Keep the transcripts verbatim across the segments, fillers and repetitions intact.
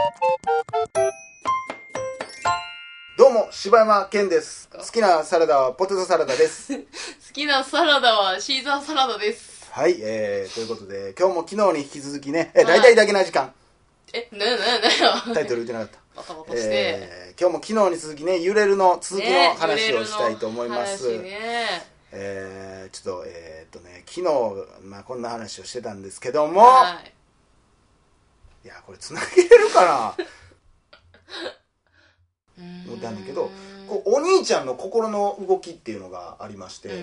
どうも柴山健です。好きなサラダはポテトサラダです好きなサラダはシーザーサラダです。 はい、えー、ということで今日も昨日に引き続きね、え大体だけな時間、 え、ななななタイトル言ってなかったバタバタして、 えー、今日も昨日に続きね、揺れるの続きの話をしたいと思います、 ね、ねえー、ちょっとえー、っとね昨日、まあ、こんな話をしてたんですけども、はい、いやこれつなげれるかな思ったんだけど、こうお兄ちゃんの心の動きっていうのがありまして、うんうん、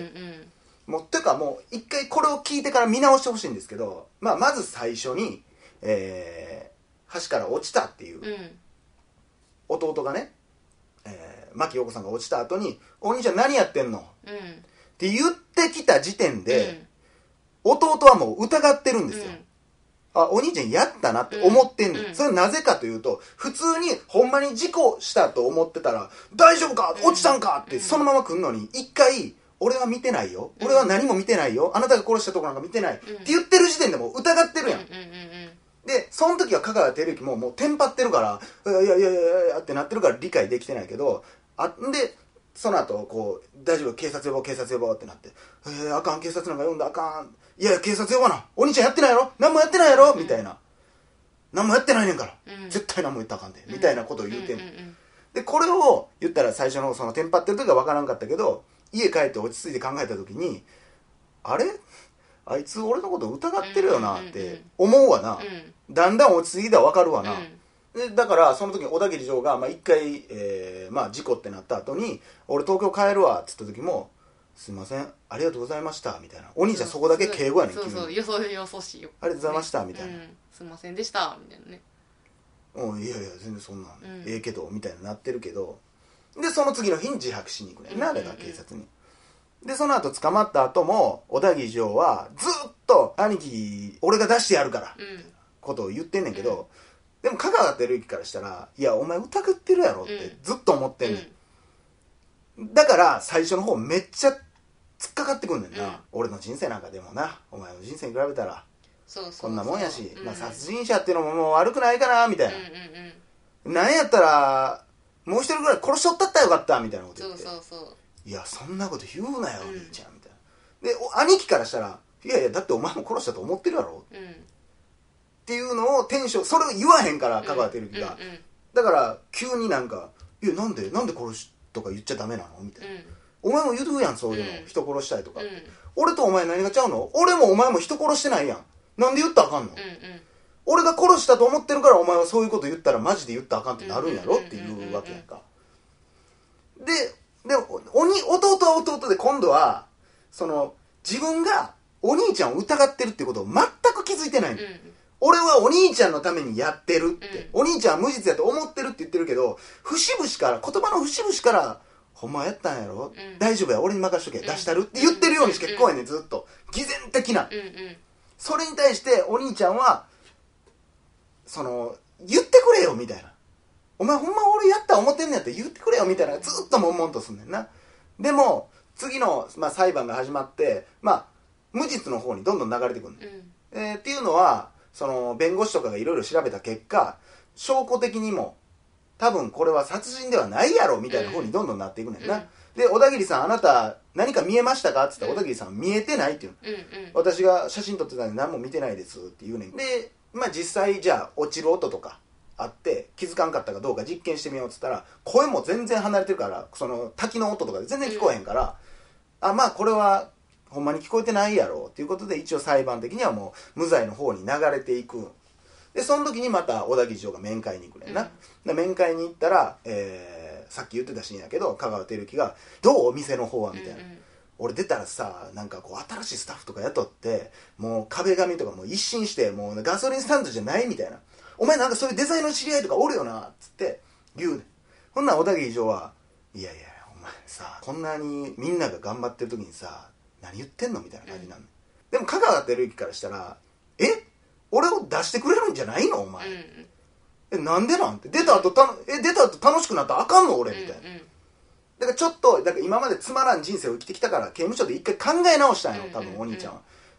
もうてかもう一回これを聞いてから見直してほしいんですけど、まあ、まず最初に、えー、橋から落ちたっていう、うん、弟がね、えー、牧陽子さんが落ちた後に「お兄ちゃん何やってんの?」うん、って言ってきた時点で、うん、弟はもう疑ってるんですよ、うん、あ、お兄ちゃんやったなって思ってんねん、うん、それはなぜかというと、普通にほんまに事故したと思ってたら大丈夫か落ちたんかってそのまま来んのに、一回俺は見てないよ、俺は何も見てないよ、あなたが殺したとこなんか見てないって言ってる時点でもう疑ってるやん。でその時は香川照之ももうテンパってるからいやいやいやいやってなってるから理解できてないけど、あでその後こう大丈夫警察呼ぼう警察呼ぼうってなって、えー、あかん警察なんか呼んだあかん、いやいや警察呼ばな、お兄ちゃんやってないやろ、何もやってないやろ、みたいな、何もやってないねんから、うん、絶対何も言ったらあかんで、みたいなことを言うてんの、うんうんうん、でこれを言ったら最初のそのテンパってる時は分からんかったけど、家帰って落ち着いて考えた時に、あれあいつ俺のこと疑ってるよなって思うわな、うんうんうん、だんだん落ち着いたら分かるわな、うん、でだからその時に小田切城が一、まあ、回、えーまあ、事故ってなった後に俺東京帰るわっつった時もすいませんありがとうございましたみたいな、お兄ちゃんそこだけ敬語やねん、 そうそうよそよそしいよ、 ありがとうございましたみたいな、うん、 すいませんでしたみたいなね、 うん、いやいや全然そんなん、うん、ええけどみたいになってるけど、でその次の日に自白しに行くねんな、あれが警察に。でその後捕まった後も小田切城はずっと兄貴俺が出してやるから、うん、ことを言ってんねんけど、うん、でも香川照之からしたらいやお前疑ってるやろってずっと思ってんねん、うん、だから最初の方めっちゃ突っかかってくんねんな、うん、俺の人生なんかでもなお前の人生に比べたらそうそうそうこんなもんやし、うん、まあ、殺人者っていうのももう悪くないかなみたいな、うんうんうん、何やったらもう一人ぐらい殺しとったったらよかったみたいなこと言って、そうそうそう、いやそんなこと言うなよ、うん、兄ちゃんみたいな。で兄貴からしたらいやいやだってお前も殺したと思ってるやろ、うん、っていうのをテンションそれを言わへんから香川照之が、うんうんうん、だから急になんかいやなんでなんで殺しとか言っちゃダメなのみたいな、うん、お前も言うやんそういうの、うん、人殺したいとか、うん、俺とお前何がちゃうの、俺もお前も人殺してないやん、なんで言ったらあかんの、うんうん、俺が殺したと思ってるからお前はそういうこと言ったらマジで言ったらあかんってなるんやろっていうわけやんか。ででおに弟は弟で今度はその自分がお兄ちゃんを疑ってるってことを全く気づいてないの、うん、俺はお兄ちゃんのためにやってるって、うん、お兄ちゃんは無実やと思ってるって言ってるけど節々から言葉の節々からほんまやったんやろ、うん、大丈夫や俺に任しとけ、うん、出したるって言ってるようにしか聞こえんねん、ずっと偽善的な、うんうん、それに対してお兄ちゃんはその言ってくれよみたいな、お前ほんま俺やったら思ってんねやったら言ってくれよみたいなずっと悶々とすんねんな。でも次の、まあ、裁判が始まってまあ無実の方にどんどん流れてくる、うんえー、っていうのはその弁護士とかがいろいろ調べた結果証拠的にも多分これは殺人ではないやろみたいな方にどんどんなっていくねんな、うん、で小田切さんあなた何か見えましたかって言ったら、うん、小田切さん見えてないっていうの、うんうん、私が写真撮ってたんで何も見てないですって言うねんで、まあ、実際じゃあ落ちる音とかあって気づかんかったかどうか実験してみようっつったら声も全然離れてるからその滝の音とかで全然聞こえへんから、うん、あまあこれはほんまに聞こえてないやろっていうことで一応裁判的にはもう無罪の方に流れていく。でその時にまた小田切城が面会に行くねんな、うん、で面会に行ったら、えー、さっき言ってたシーンやけど香川照之がどうお店の方はみたいな、うんうん、俺出たらさなんかこう新しいスタッフとか雇ってもう壁紙とかもう一新してもうガソリンスタンドじゃないみたいな、お前なんかそういうデザインの知り合いとかおるよなっつって言うねん。ほんなら小田切城はいやいやお前さこんなにみんなが頑張ってる時にさ何言ってんのみたいな感じなの、うん、でも香川照之からしたらえ俺を出してくれるんじゃないのお前、うん、えなんでなんて出た後たえ出た後楽しくなったらあかんの俺みたいな、うんうん、だからちょっとだから今までつまらん人生を生きてきたから刑務所で一回考え直したんよ多分お兄ちゃんは、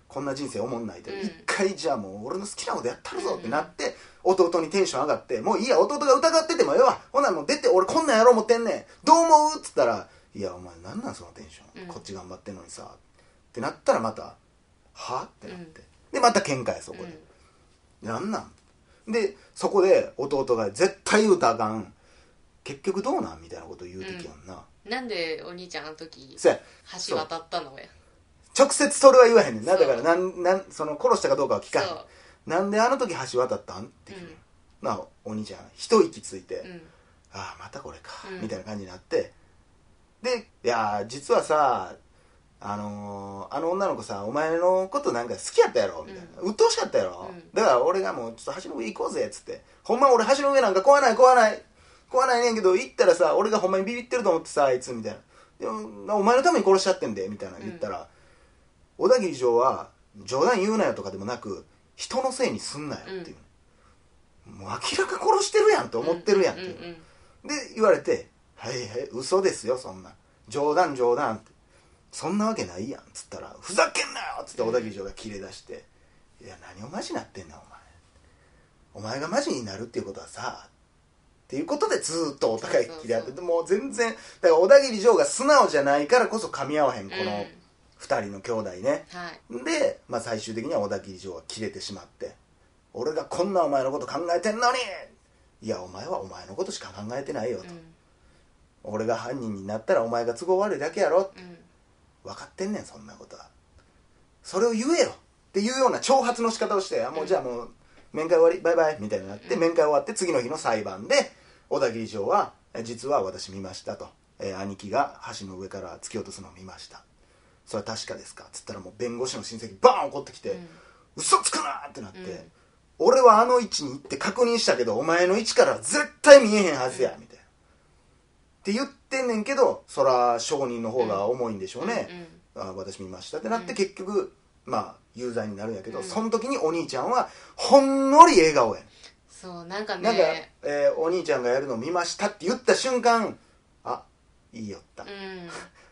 こんな人生おもんないで、 うん一回じゃあもう俺の好きなことやったるぞってなって、弟にテンション上がって、もういいや弟が疑っててもええわ、ほなもう出て俺こんなんやろう思ってんねん、どう思うっつったら、いやお前なんなんそのテンション、 うんこっち頑張ってんのにさってなったら、またはってなって、でまた喧嘩やそこで、なんなんで、そこで弟が絶対言うたらあかん、結局どうなんみたいなこと言うてきやんな、 うん、なんでお兄ちゃんあの時そうや橋渡ったのや、 直接それは言わへんねんな。 そうだからなんなんその殺したかどうかは聞かへん、 そうなんであの時橋渡ったんって聞く、うん、なあお兄ちゃん一息ついて、うん、ああまたこれか、うん、みたいな感じになって、でいや実はさあのー、あの女の子さお前のことなんか好きやったやろみたいな、うん、鬱陶しかったやろ、うん、だから俺がもうちょっと橋の上行こうぜっつって、ほんま俺橋の上なんか怖ない怖ない怖ないねんけど、行ったらさ俺がほんまにビビってると思ってさあいつみたいな、でもお前のために殺しちゃってんでみたいな言ったら、うん、小田切城は冗談言うなよとかでもなく人のせいにすんなよっていう、うん、もう明らか殺してるやんと思ってるやんっていう、うんうんうん、で言われて、はいはい嘘ですよそんな冗談冗談ってそんなわけないやんっつったら、ふざけんなよっつって小田切城がキレ出して、いや何をマジなってんなお前お前がマジになるっていうことはさっていうことでずっとお互い切り合ってて、もう全然だから小田切城が素直じゃないからこそ噛み合わへんこのふたりの兄弟ね、うんはい、で、まあ、最終的には小田切城が切れてしまって、俺がこんなお前のこと考えてんのに、いやお前はお前のことしか考えてないよと、うん、俺が犯人になったらお前が都合悪いだけやろ、うん分かってんねんそんなことは、それを言えよっていうような挑発の仕方をして、うん、もうじゃあもう面会終わりバイバイみたいになって、うん、面会終わって次の日の裁判で小田切城は実は私見ましたと、えー、兄貴が橋の上から突き落とすのを見ました、それは確かですかっつったら、もう弁護士の親戚バーン怒ってきて、うん、嘘つくなってなって、うん、俺はあの位置に行って確認したけどお前の位置からは絶対見えへんはずや、うん、みたいなって言ってんねんけど、そら証人の方が重いんでしょうね、うんうん、あ私見ましたってなって、結局まあ有罪になるんやけど、うん、その時にお兄ちゃんはほんのり笑顔やん、 そうなんかねなんか、えー、お兄ちゃんがやるのを見ましたって言った瞬間、あいいよった、うん、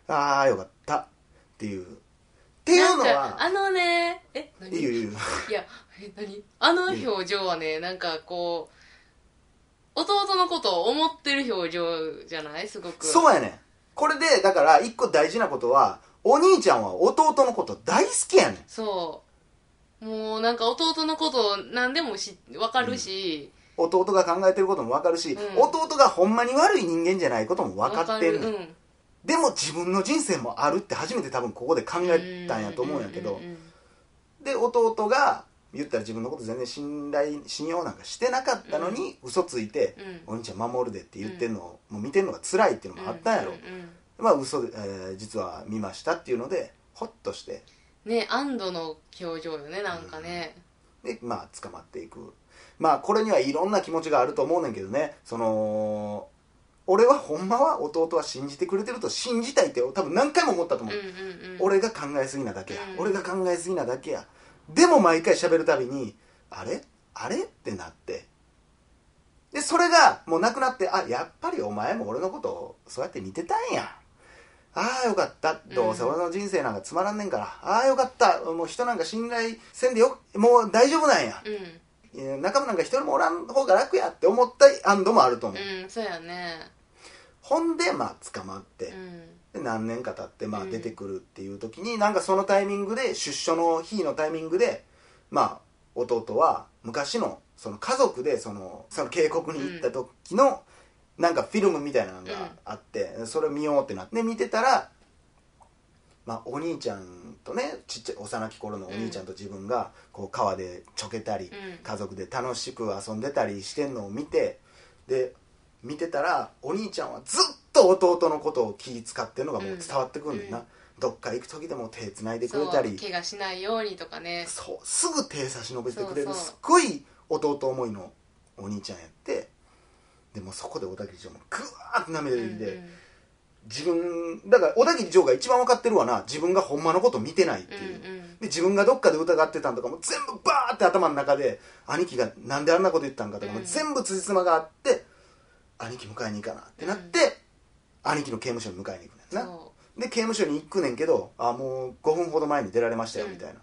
ああよかったっていうっていうのはあのねえ何いいよいいよいやえ何あの表情はね、なんかこう弟のことを思ってる表情じゃない、すごく。 そうやねん。これでだから一個大事なことは、お兄ちゃんは弟のこと大好きやねん。 そうもうなんか弟のこと何でもし分かるし、 うん、弟が考えてることも分かるし、うん、弟がほんまに悪い人間じゃないことも分かってんねん、うん、でも自分の人生もあるって初めて多分ここで考えたんやと思うんやけど、で弟が言ったら自分のこと全然信頼信用なんかしてなかったのに、うん、嘘ついて、うん、お兄ちゃん守るでって言ってんのを、うん、もう見てんのが辛いっていうのもあったんやろ、うんうんうん、まあ嘘で、えー、実は見ましたっていうのでホッとしてね、安堵の表情よね、なんかね、 うん、でまあ捕まっていく。まあこれにはいろんな気持ちがあると思うねんけどね、その俺はほんまは弟は信じてくれてると信じたいって多分何回も思ったと思う、うんうんうん、俺が考えすぎなだけや、うん、俺が考えすぎなだけや、でも毎回喋るたびにあれあれってなって、でそれがもうなくなって、あやっぱりお前も俺のことをそうやって見てたんや、ああよかった、どうせ俺の人生なんかつまらんねんから、うん、ああよかった、もう人なんか信頼せんでよ、もう大丈夫なんや、うん、仲間なんか一人もおらん方が楽やって思った安堵もあると思う、 うん、そうやね。 ほんでまあ捕まって、うん、で何年か経ってまあ出てくるっていう時に、うん、なんかそのタイミングで出所の日のタイミングでまあ弟は昔のその家族でそのその渓谷に行った時のなんかフィルムみたいなのがあって、うん、それを見ようってなって見てたら、まあ、お兄ちゃんとねちっちゃい幼き頃のお兄ちゃんと自分がこう川でちょけたり、うん、家族で楽しく遊んでたりしてんのを見て、で見てたらお兄ちゃんはずっと弟のことを気遣ってるのがもう伝わってくるんだよな、うん、どっか行く時でも手つないでくれたり、 怪我しないようにとかね、 そうすぐ手差し伸べてくれる、すっごい弟思いのお兄ちゃんやって、でもそこで小田切城もグワーって涙出てきて、うんうん、自分だから小田切城が一番分かってるわな、自分がほんまのこと見てないっていう、うんうん、で自分がどっかで疑ってたんとかも全部バーって頭の中で兄貴がなんであんなこと言ったんかとかも全部辻褄があって、兄貴迎えに行かなってなって、うん、兄貴の刑務所に迎えに行くねんな。で刑務所に行くねんけど、あもうごふんほど前に出られましたよみたいな、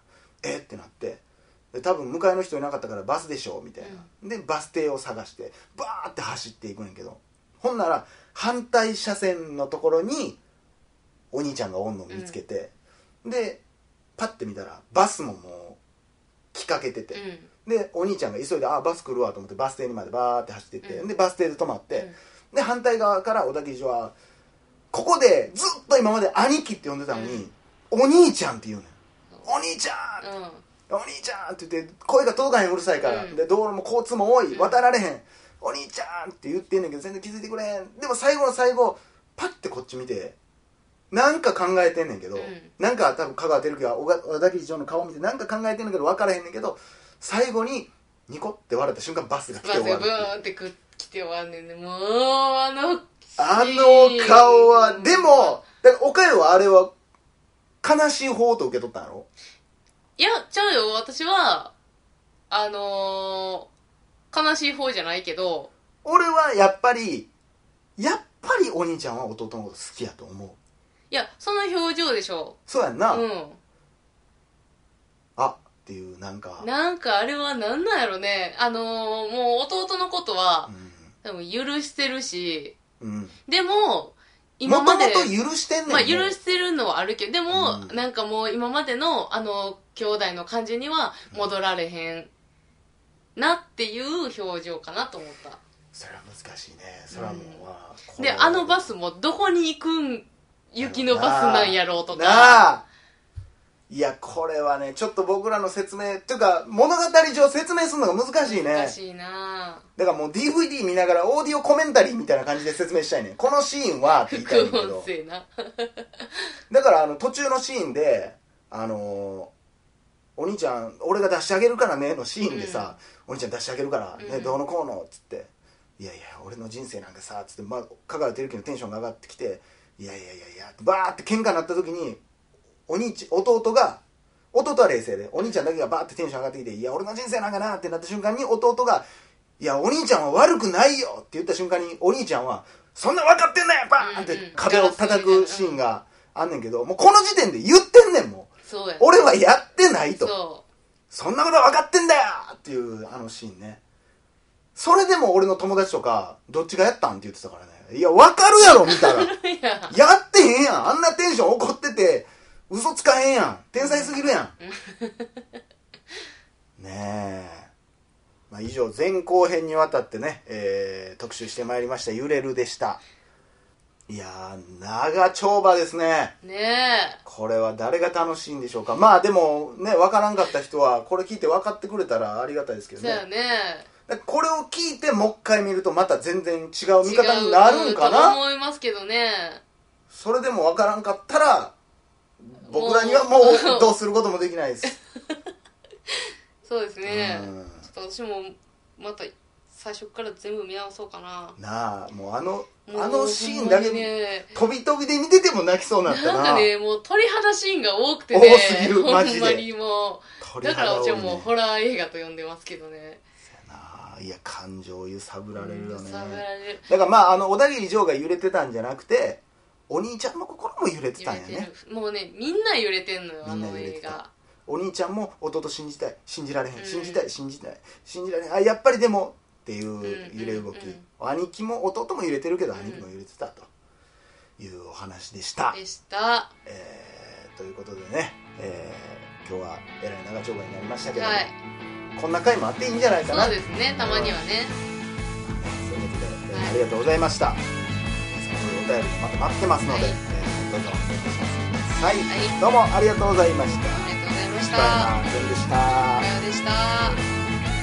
えってなって、で多分迎えの人いなかったからバスでしょみたいな、うん、でバス停を探してバーって走っていくねんけど、ほんなら反対車線のところにお兄ちゃんがおんのを見つけて、うん、でパッて見たらバスももう来かけてて、うん、でお兄ちゃんが急いであバス来るわと思ってバス停にまでバーって走ってって、うん、でバス停で止まって、うん、で反対側から小田切城はここでずっと今まで兄貴って呼んでたのに、うん、お兄ちゃんって言うねん。お兄ちゃん、うん、お兄ちゃんって言って声が届かへんうるさいから、うん、で道路も交通も多い渡られへん、うん、お兄ちゃんって言ってんねんけど全然気づいてくれへん。でも最後の最後パッてこっち見てなんか考えてんねんけど、うん、なんか多分香川照之が小田切城の顔を見てなんか考えてんねんけど分からへんねんけど、最後にニコって笑った瞬間バスが来て終わる。 バスがブーンって来て終わんねんね。もうあのあの顔はでもだから岡代はあれは悲しい方と受け取ったんやろ。 いやちゃうよ、私はあのー、悲しい方じゃないけど、 俺はやっぱりやっぱりお兄ちゃんは弟のこと好きやと思う。 いやその表情でしょ。 そうやんな、 うん、 あっていうなんかなんかあれはなんなんやろね。あのー、もう弟のことは、うん、多分許してるし、うん、でも今までもともと許してんねん、 まあ許してるのはあるけど、でも、うん、なんかもう今までのあの兄弟の感じには戻られへんなっていう表情かなと思った。 それは難しいね。それはもう、 うん、であのバスもどこに行くん雪のバスなんやろうとかなあ。いやこれはねちょっと僕らの説明っていうか物語上説明するのが難しいね。 難しいな。 だからもう ディーブイディー 見ながらオーディオコメンタリーみたいな感じで説明したいね。このシーンはって言いたいんだけどだからあの途中のシーンであのー、お兄ちゃん俺が出してあげるからねのシーンでさ、うん、お兄ちゃん出してあげるから、ね、どうのこうのっつっていやいや俺の人生なんかさつって、まあ、香川照之のテンションが上がってきていやいやいやいやバーって喧嘩になった時にお兄ち弟が弟は冷静でお兄ちゃんだけがバーってテンション上がってきていや俺の人生なんかなってなった瞬間に弟がいやお兄ちゃんは悪くないよって言った瞬間にお兄ちゃんはそんな分かってんだよバーンって壁を叩くシーンがあんねんけど、もうこの時点で言ってんねん。もうそうや、ね、 俺はやってないと。 そうそんなことは分かってんだよっていうあのシーンね。それでも俺の友達とかどっちがやったんって言ってたからね。いや分かるやろ見たらやってへんやん。あんなテンション怒ってて嘘つかへんやん。天才すぎるやんねえ、まあ、以上前後編にわたってね、えー、特集してまいりました揺れるでした。いやー長丁場ですね。 ねえこれは誰が楽しいんでしょうか。まあでもね分からんかった人はこれ聞いて分かってくれたらありがたいですけどね。 そうやね。 これを聞いてもう一回見るとまた全然違う見方になるんかな。 違うと思いますけどね。 それでも分からんかったら僕らにはもうどうすることもできないですそうですね。ちょっと私もまた最初から全部見直そうかな。 なあもうあのあのシーンだけ、ね、飛び飛びで見てても泣きそうになったな。 なんかねもう鳥肌シーンが多くてね多すぎるマジで。 ほんまにもうだから私はもうホラー映画と呼んでますけどね。 いや感情を揺さぶられるよね。 揺さぶられる。 だからまああの小田切城が揺れてたんじゃなくてお兄ちゃんの心も揺れてたんやね。 もうねみんな揺れてんのよあの映画。 お兄ちゃんも弟信じたい信じられへん、うん、信じたい信じたい信じられへんあやっぱりでもっていう揺れ動き、うんうんうん、兄貴も弟も揺れてるけど、うん、兄貴も揺れてたというお話でしたでした、 えー、ということでね、えー、今日はえらい長丁場になりましたけども、はい、こんな回もあっていいんじゃないかな。 そうですねたまにはね、 うん、そういうことで、はい、ありがとうございました。お便りまた待ってますので、はい、えー、どうぞお願いします。はい、はい、どうもありがとうございました。 ありがとうございました。 柴山でした。 柴山でした。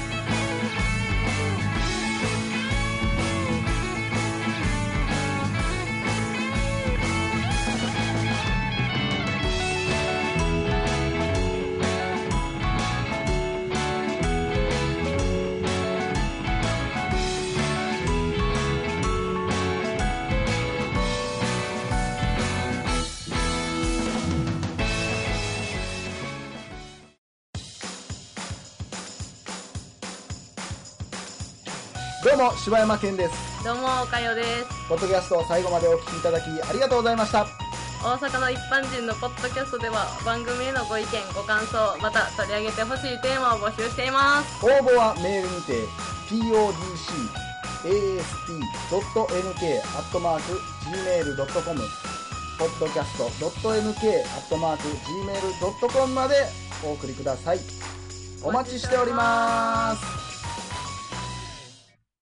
どうも柴山健です。 どうもおかよです。 ポッドキャストを最後までお聞きいただきありがとうございました。 大阪の一般人のポッドキャストでは番組へのご意見ご感想また取り上げてほしいテーマを募集しています。 応募はメールにて ポッドキャスト ドット エヌケー アットマーク ジーメール ドット コム ポッドキャスト ドット エヌケー アットマーク ジーメール ドット コム までお送りください。お待ちしております。